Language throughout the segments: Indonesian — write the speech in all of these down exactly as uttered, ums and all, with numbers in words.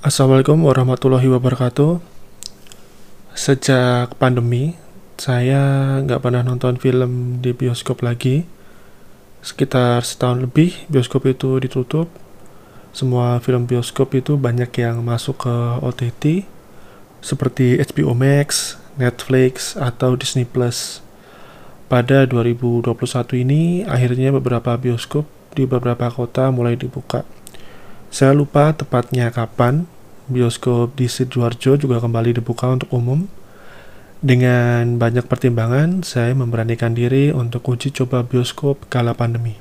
Assalamualaikum warahmatullahi wabarakatuh. Sejak pandemi, saya nggak pernah nonton film di bioskop lagi. Sekitar setahun lebih, bioskop itu ditutup. Semua film bioskop itu banyak yang masuk ke O T T, seperti H B O Max, Netflix, atau Disney Plus. Pada dua ribu dua puluh satu ini, akhirnya beberapa bioskop di beberapa kota mulai dibuka. Saya lupa tepatnya kapan. Bioskop di Sidoarjo juga kembali dibuka untuk umum. Dengan banyak pertimbangan, saya memberanikan diri untuk uji coba bioskop kala pandemi.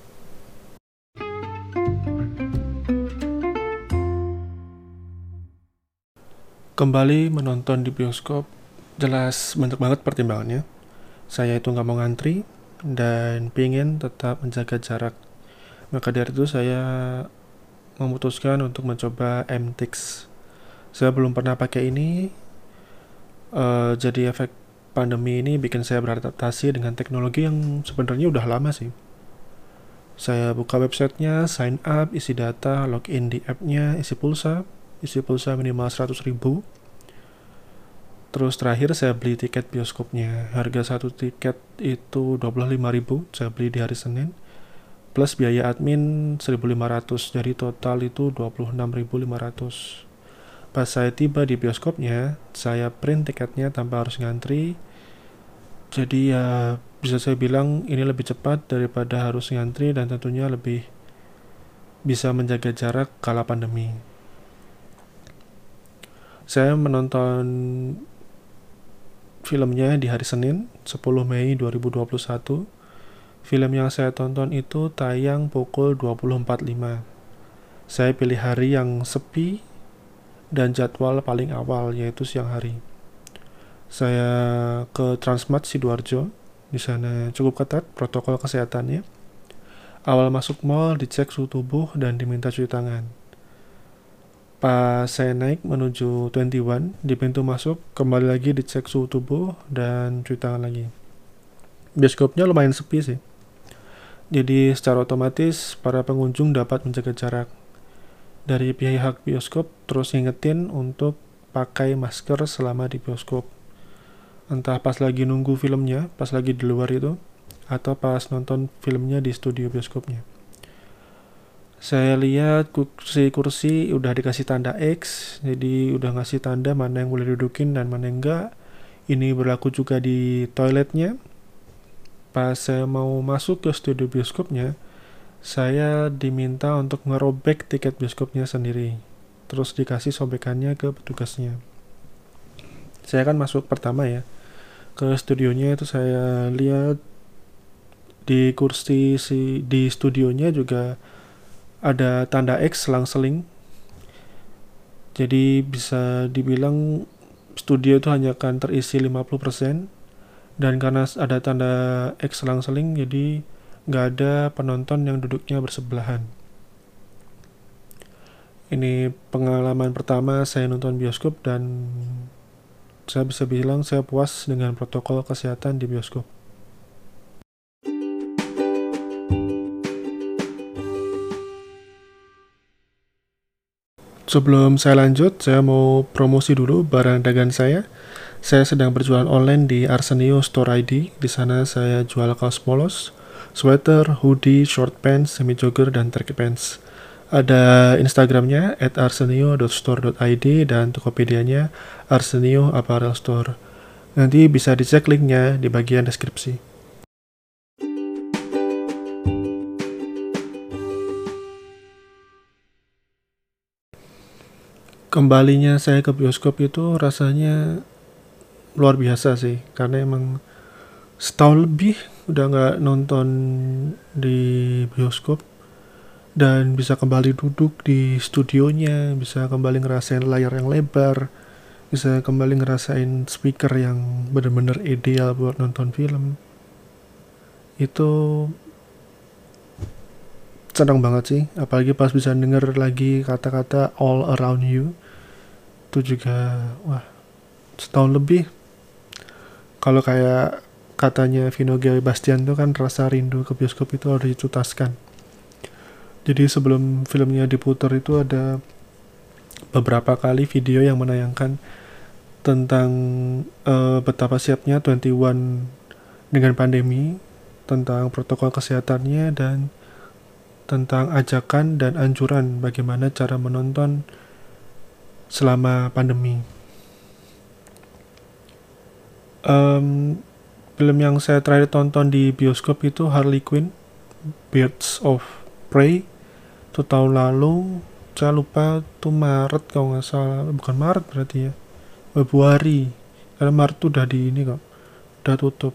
Kembali menonton di bioskop, jelas banyak banget pertimbangannya. Saya itu nggak mau ngantri dan pingin tetap menjaga jarak. Maka dari itu saya memutuskan untuk mencoba M T X. Saya belum pernah pakai ini, uh, jadi efek pandemi ini bikin saya beradaptasi dengan teknologi yang sebenarnya udah lama sih. Saya buka websitenya, sign up, isi data, login di app-nya, isi pulsa, isi pulsa minimal seratus ribu. Terus terakhir saya beli tiket bioskopnya. Harga satu tiket itu dua puluh lima ribu, saya beli di hari Senin. Plus biaya admin seribu lima ratus, jadi total itu dua puluh enam ribu lima ratus. Pas saya tiba di bioskopnya, saya print tiketnya tanpa harus ngantri. Jadi ya bisa saya bilang ini lebih cepat daripada harus ngantri dan tentunya lebih bisa menjaga jarak kala pandemi. Saya menonton filmnya di hari Senin, sepuluh Mei dua ribu dua puluh satu. Film yang saya tonton itu tayang pukul dua puluh empat lima. Saya pilih hari yang sepi dan jadwal paling awal, yaitu siang hari. Saya ke Transmart Sidoarjo. Di sana cukup ketat protokol kesehatannya. Awal masuk mall dicek suhu tubuh dan diminta cuci tangan. Pas saya naik menuju dua puluh satu, di pintu masuk kembali lagi dicek suhu tubuh dan cuci tangan lagi. Bioskopnya lumayan sepi sih. Jadi secara otomatis para pengunjung dapat menjaga jarak. Dari pihak bioskop terus ngingetin untuk pakai masker selama di bioskop. Entah pas lagi nunggu filmnya, pas lagi di luar itu, atau pas nonton filmnya di studio bioskopnya. Saya lihat kursi-kursi udah dikasih tanda X, jadi udah ngasih tanda mana yang boleh dudukin dan mana yang enggak. Ini berlaku juga di toiletnya. Pas saya mau masuk ke studio bioskopnya, saya diminta untuk ngerobek tiket bioskopnya sendiri. Terus dikasih sobekannya ke petugasnya. Saya kan masuk pertama ya. Ke studionya itu saya lihat di kursi si, di studionya juga ada tanda X selang-seling. Jadi bisa dibilang studio itu hanya akan terisi lima puluh persen. Dan karena ada tanda X selang-seling, jadi nggak ada penonton yang duduknya bersebelahan. Ini pengalaman pertama saya nonton bioskop dan saya bisa bilang saya puas dengan protokol kesehatan di bioskop. Sebelum saya lanjut, saya mau promosi dulu barang dagangan saya. Saya sedang berjualan online di Arsenio Store I D. Di sana saya jual kaos polos, sweater, hoodie, short pants, semi jogger, dan track pants. Ada Instagramnya at arsenio dot store dot i d dan Tokopedia-nya Arsenio Apparel Store. Nanti bisa dicek linknya di bagian deskripsi. Kembalinya saya ke bioskop itu rasanya luar biasa sih, karena emang setahun lebih udah nggak nonton di bioskop dan bisa kembali duduk di studionya, bisa kembali ngerasain layar yang lebar, bisa kembali ngerasain speaker yang bener-bener ideal buat nonton film. Itu senang banget sih, apalagi pas bisa denger lagi kata-kata all around you. Itu juga wah, setahun lebih. Kalau kayak katanya Vino G. Bastian tuh kan rasa rindu ke bioskop itu harus dituntaskan. Jadi sebelum filmnya diputar itu ada beberapa kali video yang menayangkan tentang uh, betapa siapnya dua puluh satu dengan pandemi, tentang protokol kesehatannya, dan tentang ajakan dan anjuran bagaimana cara menonton selama pandemi. Um, film yang saya terakhir tonton di bioskop itu Harley Quinn, Birds of Prey, itu tahun lalu. Saya lupa tuh Maret kalau nggak salah, bukan Maret berarti ya, Februari, karena Maret tuh udah di ini kok, udah tutup.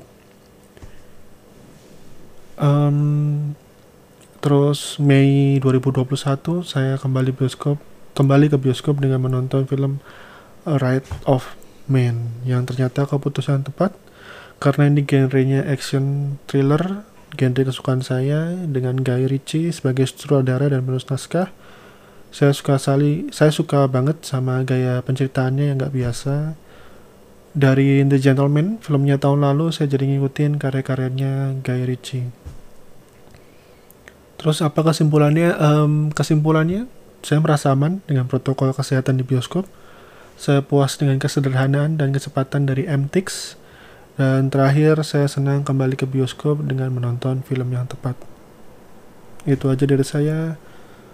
Um, terus Mei dua ribu dua puluh satu saya kembali bioskop, kembali ke bioskop dengan menonton film A Ride of Man, yang ternyata keputusan tepat karena ini genrenya action thriller, genre kesukaan saya, dengan Guy Ritchie sebagai sutradara dan penulis naskah. Saya suka sali, saya suka banget sama gaya penceritaannya yang nggak biasa. Dari The Gentleman, filmnya tahun lalu, saya jadi ngikutin karya-karyanya Guy Ritchie. Terus apa kesimpulannya? Um, kesimpulannya, saya merasa aman dengan protokol kesehatan di bioskop. Saya puas dengan kesederhanaan dan kecepatan dari M T X. Dan terakhir, saya senang kembali ke bioskop dengan menonton film yang tepat. Itu aja dari saya.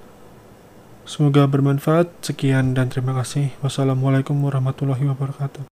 Semoga bermanfaat. Sekian dan terima kasih. Wassalamualaikum warahmatullahi wabarakatuh.